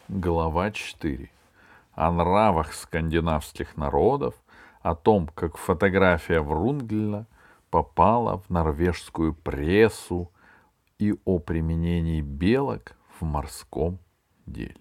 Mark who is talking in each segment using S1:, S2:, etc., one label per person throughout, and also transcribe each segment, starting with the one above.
S1: Глава 4. О нравах скандинавских народов, о том, как фотография Врунгеля попала в норвежскую прессу и о применении белок в морском деле.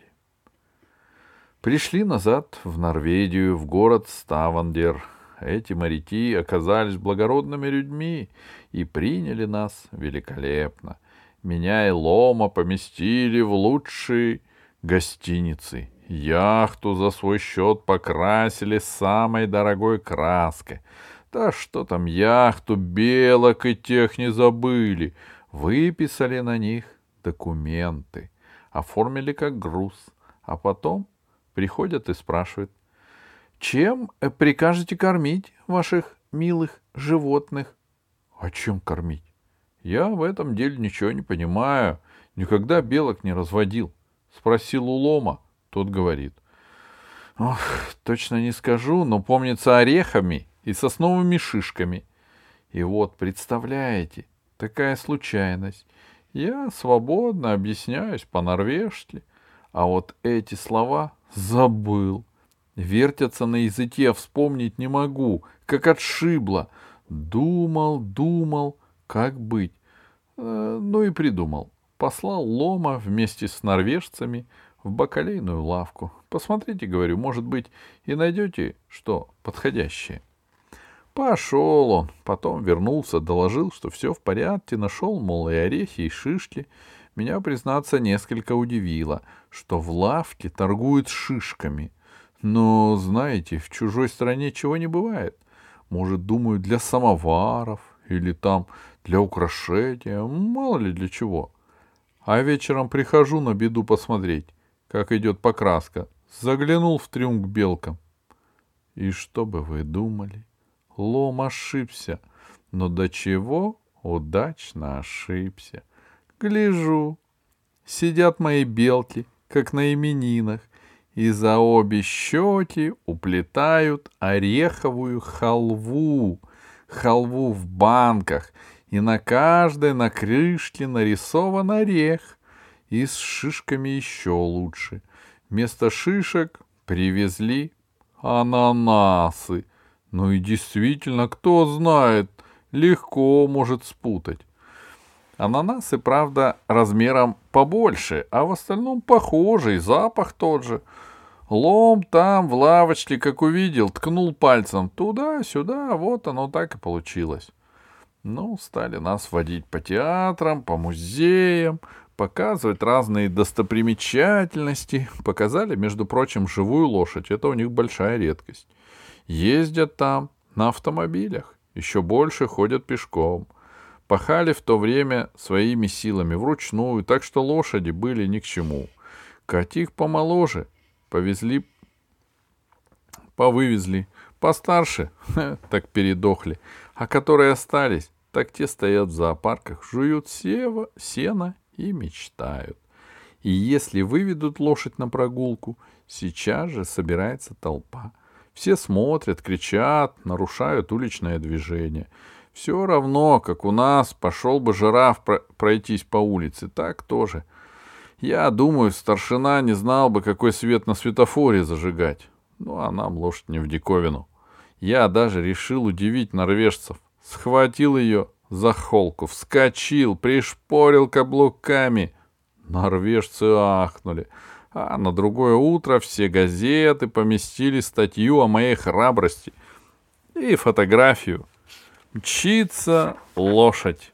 S1: Пришли назад в Норвегию, в город Ставангер. Эти моряки оказались благородными людьми и приняли нас великолепно. Меня и Лома поместили в лучшие гостиницы. Яхту за свой счет покрасили самой дорогой краской. Да что там яхту, белок и тех не забыли. Выписали на них документы, оформили как груз, а потом приходят и спрашивают: чем прикажете кормить ваших милых животных? А чем кормить? Я в этом деле ничего не понимаю. Никогда белок не разводил. Спросил у Лома. Тот говорит: ох, точно не скажу, но помнится орехами и сосновыми шишками. И вот, представляете, такая случайность. Я свободно объясняюсь по-норвежски, а вот эти слова забыл. Вертятся на языке, вспомнить не могу, как отшибло. Думал, как быть. Ну и придумал. Послал Лома вместе с норвежцами в бакалейную лавку. Посмотрите, говорю, может быть, и найдете что подходящее. Пошел он, потом вернулся, доложил, что все в порядке, нашел, мол, и орехи, и шишки. Меня, признаться, несколько удивило, что в лавке торгуют шишками. Но, знаете, в чужой стране чего не бывает. Может, думаю, для самоваров или там для украшения, мало ли для чего. А вечером прихожу на беду посмотреть, как идет покраска. Заглянул в трюм к белкам. И что бы вы думали? Лом ошибся, но до чего удачно ошибся. Гляжу, сидят мои белки, как на именинах, и за обе щеки уплетают ореховую халву, халву в банках, и на каждой на крышке нарисован орех, и с шишками еще лучше. Вместо шишек привезли ананасы. Ну и действительно, кто знает, легко может спутать. Ананасы, правда, размером побольше, а в остальном похожий, запах тот же. Лом там, в лавочке, как увидел, ткнул пальцем туда-сюда, вот оно так и получилось. Ну, стали нас водить по театрам, по музеям, показывать разные достопримечательности. Показали, между прочим, живую лошадь, это у них большая редкость. Ездят там на автомобилях, еще больше ходят пешком. Пахали в то время своими силами вручную, так что лошади были ни к чему. Каких помоложе повезли, повывезли, постарше, так передохли, а которые остались, так те стоят в зоопарках, жуют сено и мечтают. И если выведут лошадь на прогулку, сейчас же собирается толпа. Все смотрят, кричат, нарушают уличное движение. Все равно, как у нас, пошел бы жираф пройтись по улице, так тоже. Я думаю, старшина не знал бы, какой свет на светофоре зажигать. Ну, а нам лошадь не в диковину. Я даже решил удивить норвежцев. Схватил ее за холку, вскочил, пришпорил каблуками. Норвежцы ахнули. А на другое утро все газеты поместили статью о моей храбрости и фотографию. Мчится лошадь.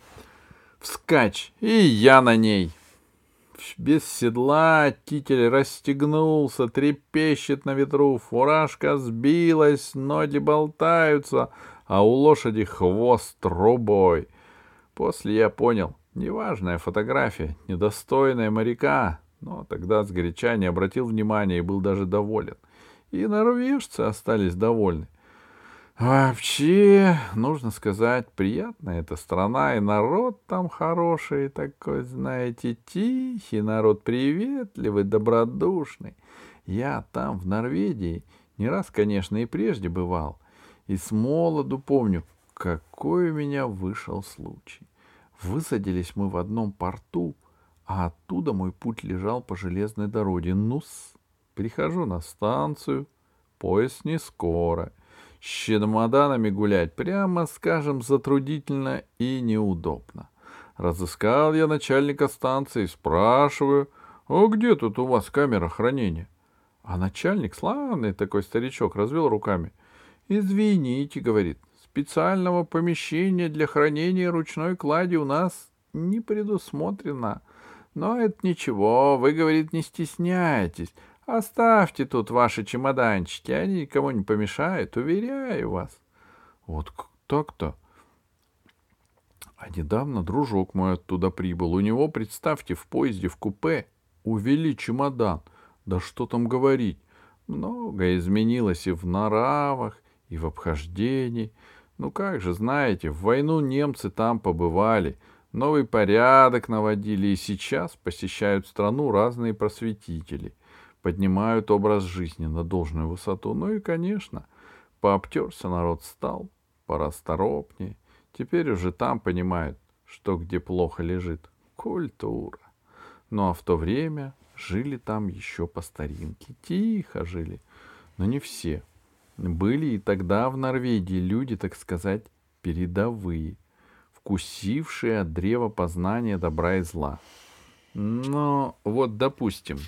S1: Вскачь, и я на ней. Без седла китель расстегнулся, трепещет на ветру, фуражка сбилась, ноги болтаются, а у лошади хвост трубой. После я понял, неважная фотография, недостойная моряка, но тогда сгоряча не обратил внимания и был даже доволен. И норвежцы остались довольны. Вообще, нужно сказать, приятная эта страна, и народ там хороший такой, знаете, тихий народ, приветливый, добродушный. Я там, в Норвегии, не раз, конечно, и прежде бывал, и с молоду помню, какой у меня вышел случай. Высадились мы в одном порту, А оттуда мой путь лежал по железной дороге. Ну-с, прихожу на станцию, поезд не скоро. С чемоданами гулять, прямо скажем, затруднительно и неудобно. Разыскал я начальника станции, спрашиваю, а где тут у вас камера хранения? А начальник, славный такой старичок, развел руками. Извините, говорит, специального помещения для хранения ручной клади у нас не предусмотрено. Но это ничего, вы, говорит, не стесняйтесь. Оставьте тут ваши чемоданчики, они никому не помешают, уверяю вас. Вот так-то. А недавно дружок мой оттуда прибыл. У него, представьте, в поезде в купе увели чемодан. Да что там говорить. Многое изменилось и в нравах, и в обхождении. Ну как же, знаете, в войну немцы там побывали, новый порядок наводили, и сейчас посещают страну разные просветители, поднимают образ жизни на должную высоту. Ну и, конечно, пообтерся народ стал, порасторопнее. Теперь уже там понимают, что где плохо лежит. Культура. Ну а в то время жили там еще по старинке. Тихо жили. Но не все. Были и тогда в Норвегии люди, так сказать, передовые, вкусившие от древа познания добра и зла. Но вот, допустим,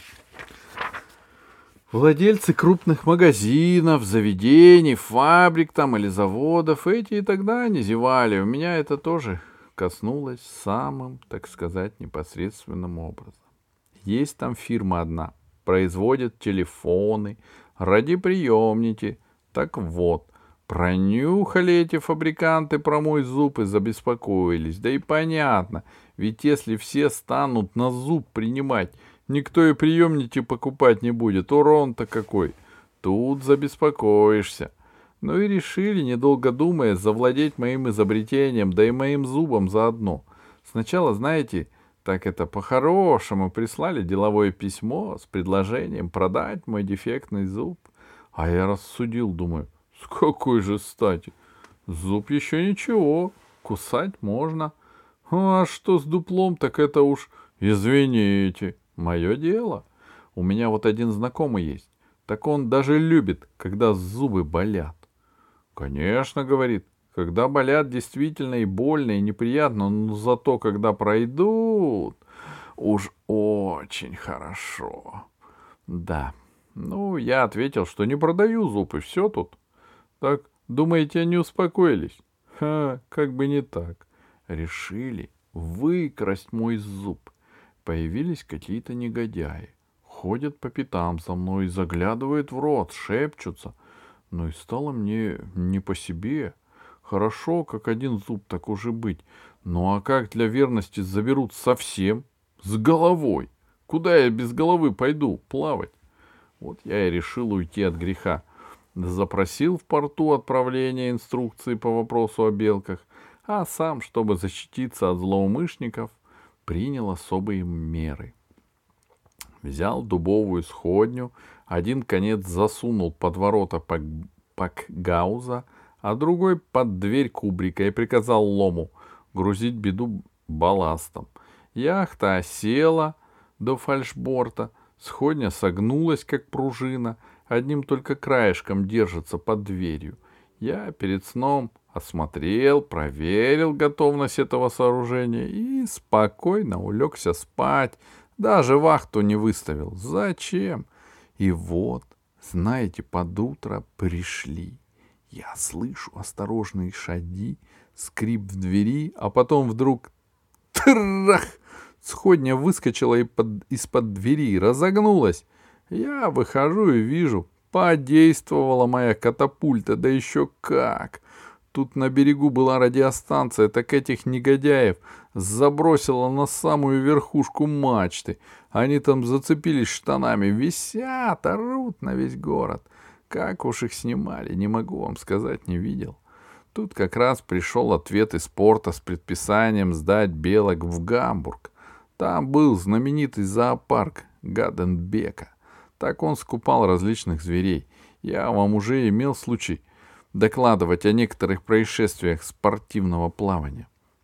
S1: владельцы крупных магазинов, заведений, фабрик там или заводов, эти и тогда не зевали. У меня это тоже коснулось самым, так сказать, непосредственным образом. Есть там фирма одна, производит телефоны, радиоприемники. Так вот, пронюхали эти фабриканты про мой зуб и забеспокоились. Да и понятно, ведь если все станут на зуб принимать, никто и приемники покупать не будет. Урон-то какой. Тут забеспокоишься. Ну и решили, недолго думая, завладеть моим изобретением, да и моим зубом заодно. Сначала, знаете, так это по-хорошему прислали деловое письмо с предложением продать мой дефектный зуб. А я рассудил, думаю, с какой же стати? Зуб еще ничего, кусать можно. А что с дуплом, так это уж, извините, мое дело. У меня вот один знакомый есть. Так он даже любит, когда зубы болят. Конечно, говорит, когда болят действительно и больно, и неприятно, но зато когда пройдут, уж очень хорошо. Да, ну, я ответил, что не продаю зуб, и все тут. Так, думаете, они успокоились? Ха, как бы не так. Решили выкрасть мой зуб. Появились какие-то негодяи. Ходят по пятам за мной, заглядывают в рот, шепчутся. Ну и стало мне не по себе. Хорошо, как один зуб, так уже быть. Ну а как для верности заберут совсем? С головой. Куда я без головы пойду плавать? Вот я и решил уйти от греха. Запросил в порту отправление инструкции по вопросу о белках, а сам, чтобы защититься от злоумышленников, принял особые меры. Взял дубовую сходню, один конец засунул под ворота пакгауза, а другой под дверь кубрика и приказал лому грузить беду балластом. Яхта осела до фальшборта, сходня согнулась, как пружина, одним только краешком держится под дверью. Я перед сном осмотрел, проверил готовность этого сооружения и спокойно улегся спать, даже вахту не выставил. Зачем? И вот, знаете, под утро пришли. Я слышу осторожные шаги, скрип в двери, а потом вдруг трах! Сходня выскочила из-под двери, разогнулась. Я выхожу и вижу, подействовала моя катапульта, да еще как. Тут на берегу была радиостанция, так этих негодяев забросила на самую верхушку мачты. Они там зацепились штанами, висят, орут на весь город. Как уж их снимали, не могу вам сказать, не видел. Тут как раз пришел ответ из порта с предписанием сдать белок в Гамбург. Там был знаменитый зоопарк Гаденбека. Так он скупал различных зверей. Я вам уже имел случай докладывать о некоторых происшествиях спортивного плавания.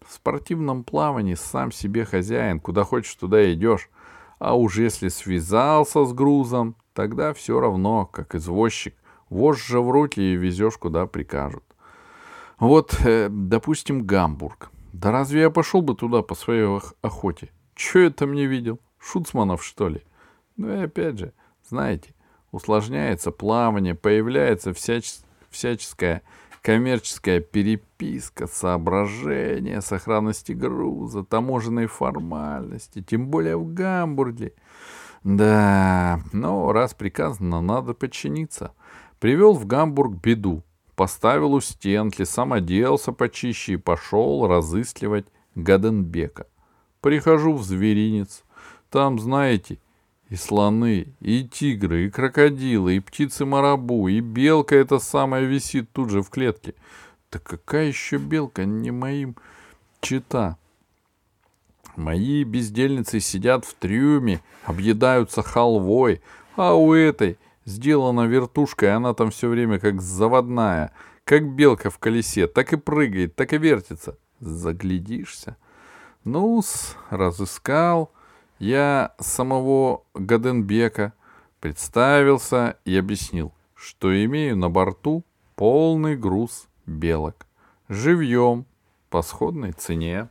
S1: В спортивном плавании сам себе хозяин, куда хочешь, туда идешь. А уж если связался с грузом, тогда все равно, как извозчик, вожжи в руки и везешь, куда прикажут. Вот, допустим, Гамбург. Да разве я пошел бы туда по своей охоте? Че это мне видел? Шуцманов, что ли? Ну и опять же, знаете, усложняется плавание, появляется всяческая коммерческая переписка, соображения, сохранности груза, таможенные формальности, тем более в Гамбурге. Да, но раз приказано, надо подчиниться. Привел в Гамбург беду, поставил у стенки, сам оделся почище и пошел разыскивать Гаденбека. Прихожу в зверинец. Там, знаете, и слоны, и тигры, и крокодилы, и птицы-марабу, и белка эта самая висит тут же в клетке. Да какая еще белка, не моим чета. Мои бездельницы сидят в трюме, объедаются халвой, а у этой сделана вертушкой, она там все время как заводная, как белка в колесе, так и прыгает, так и вертится. Заглядишься. Ну-с, разыскал я самого Гаденбека, представился и объяснил, что имею на борту полный груз белок. Живьем, по сходной цене.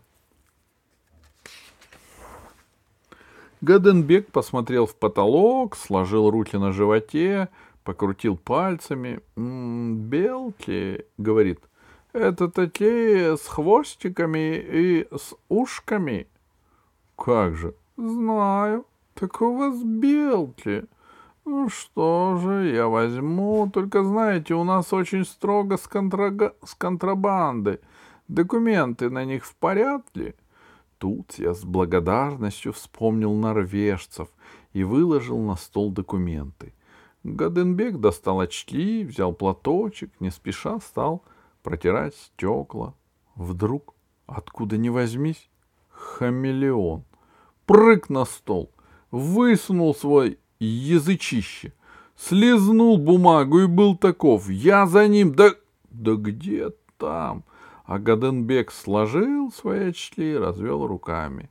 S1: Гаденбек посмотрел в потолок, сложил руки на животе, покрутил пальцами. «Белки, — говорит, — это такие с хвостиками и с ушками». «Как же?» «Знаю. Так у вас белки. Ну что же, я возьму. Только, знаете, у нас очень строго с контрабандой. Документы на них в порядке?» Тут я с благодарностью вспомнил норвежцев и выложил на стол документы. Гаденбек достал очки, взял платочек, не спеша стал протирать стекла. Вдруг, откуда ни возьмись, хамелеон прыг на стол, высунул свой язычище, слезнул бумагу и был таков. Я за ним, да где там? А Гаденбек сложил свои очки и развел руками.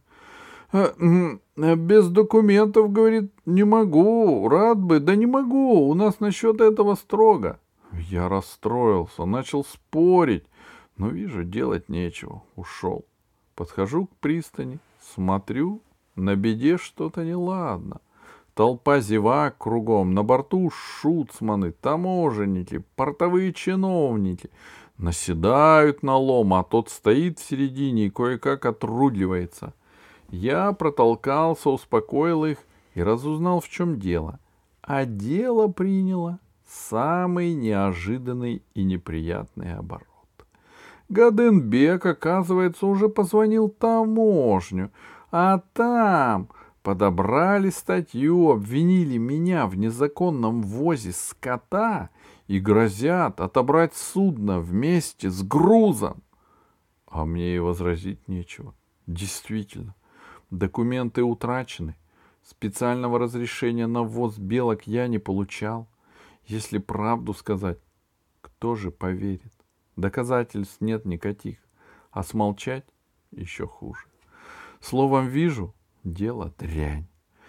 S1: «Без документов, — говорит, — не могу, рад бы, да не могу, у нас насчет этого строго». Я расстроился, начал спорить, но вижу, делать нечего, ушел. Подхожу к пристани, смотрю, на беде что-то неладно. Толпа зевак кругом, на борту шуцманы, таможенники, портовые чиновники. Наседают на лом, а тот стоит в середине и кое-как отругивается. Я протолкался, успокоил их и разузнал, в чем дело. А дело приняло самый неожиданный и неприятный оборот. Гаденбек, оказывается, уже позвонил в таможню, а там подобрали статью, обвинили меня в незаконном ввозе скота и грозят отобрать судно вместе с грузом. А мне и возразить нечего. Действительно, документы утрачены. Специального разрешения на ввоз белок я не получал. Если правду сказать, кто же поверит? Доказательств нет никаких, а смолчать еще хуже. Словом, вижу, дело дрянь.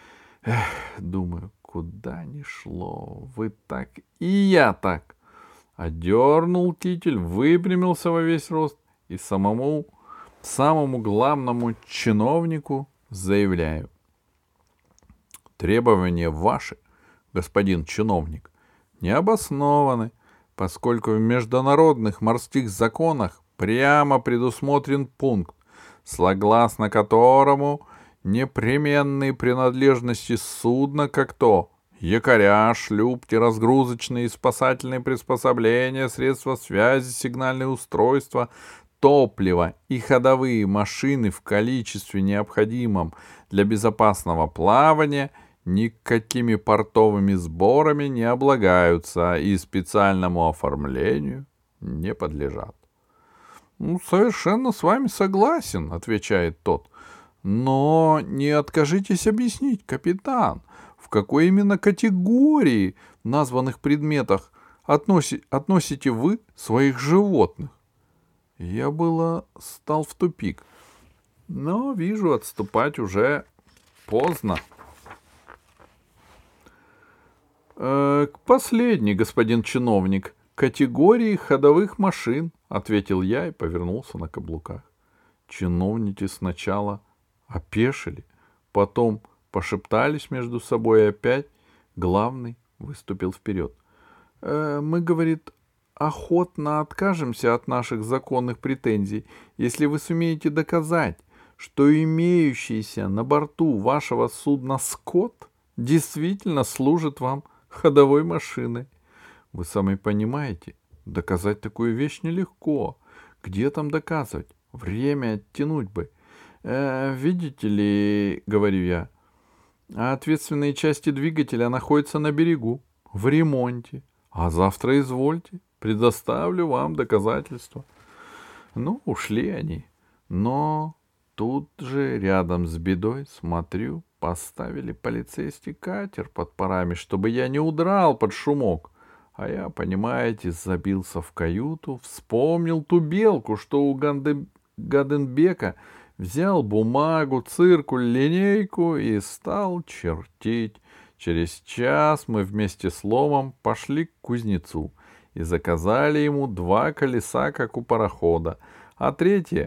S1: Думаю, куда ни шло, вы так, и я так. Одернул китель, выпрямился во весь рост и самому главному чиновнику заявляю. Требования ваши, господин чиновник, не обоснованы, поскольку в международных морских законах прямо предусмотрен пункт, согласно которому непременные принадлежности судна, как то якоря, шлюпки, разгрузочные и спасательные приспособления, средства связи, сигнальные устройства, топливо и ходовые машины в количестве, необходимом для безопасного плавания, никакими портовыми сборами не облагаются и специальному оформлению не подлежат. Совершенно с вами согласен, — отвечает тот. Но не откажитесь объяснить, капитан, в какой именно категории названных предметах относите вы своих животных? Я было стал в тупик, но вижу, отступать уже поздно. К последней, господин чиновник, категории ходовых машин, ответил я и повернулся на каблуках. Чиновники сначала опешили, потом пошептались между собой и опять главный выступил вперед. Мы, говорит, охотно откажемся от наших законных претензий, если вы сумеете доказать, что имеющийся на борту вашего судна скот действительно служит вам ходовой машиной. Вы сами понимаете, доказать такую вещь нелегко. Где там доказывать? Время оттянуть бы. Видите ли, говорю я, ответственные части двигателя находятся на берегу, в ремонте. А завтра извольте, предоставлю вам доказательства. Ну, ушли они. Но тут же рядом с бедой, смотрю, поставили полицейский катер под парами, чтобы я не удрал под шумок. А я, понимаете, забился в каюту, вспомнил ту белку, что у Гаденбека, взял бумагу, циркуль, линейку и стал чертить. Через час мы вместе с Ломом пошли к кузнецу и заказали ему 2 колеса, как у парохода, а третье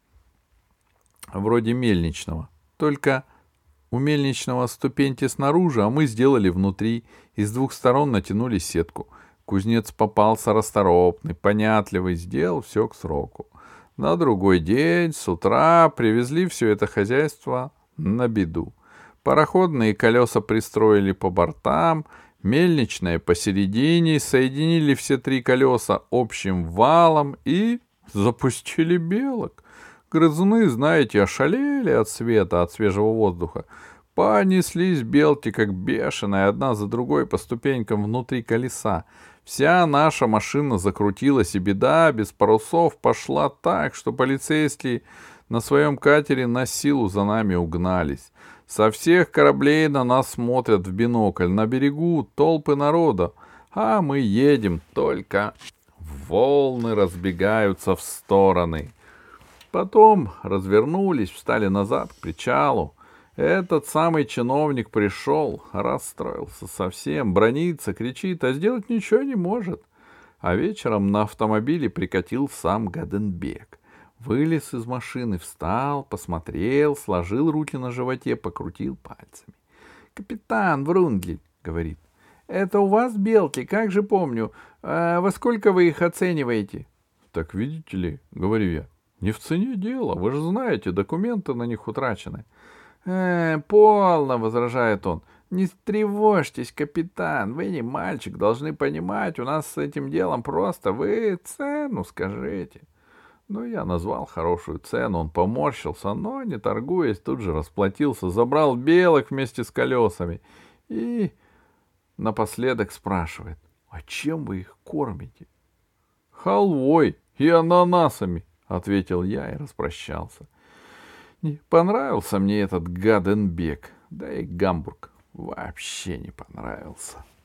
S1: вроде мельничного. Только у мельничного ступеньки снаружи, а мы сделали внутри, и с 2 сторон натянули сетку. Кузнец попался расторопный, понятливый, сделал все к сроку. На другой день с утра привезли все это хозяйство на беду. Пароходные колеса пристроили по бортам, мельничное посередине, соединили все 3 колеса общим валом и запустили белок. Грызуны, знаете, ошалели от света, от свежего воздуха. Понеслись белки, как бешеные, одна за другой по ступенькам внутри колеса. Вся наша машина закрутилась, и беда без парусов пошла так, что полицейские на своем катере на силу за нами угнались. Со всех кораблей на нас смотрят в бинокль. На берегу толпы народа, а мы едем, только волны разбегаются в стороны. Потом развернулись, встали назад к причалу. Этот самый чиновник пришел, расстроился совсем, бранится, кричит, а сделать ничего не может. А вечером на автомобиле прикатил сам Гаденбек. Вылез из машины, встал, посмотрел, сложил руки на животе, покрутил пальцами. «Капитан Врунгель, — говорит, — это у вас белки, как же помню. Во сколько вы их оцениваете?» «Так видите ли, — говорю я, — не в цене дело, вы же знаете, документы на них утрачены». «Полно, — возражает он, — не тревожьтесь, капитан, вы не мальчик, должны понимать, у нас с этим делом просто, вы цену скажите». Ну, я назвал хорошую цену, он поморщился, но, не торгуясь, тут же расплатился, забрал белок вместе с колесами и напоследок спрашивает: «А чем вы их кормите?» «Халвой и ананасами», — ответил я и распрощался. Не понравился мне этот Гаденбек, да и Гамбург вообще не понравился.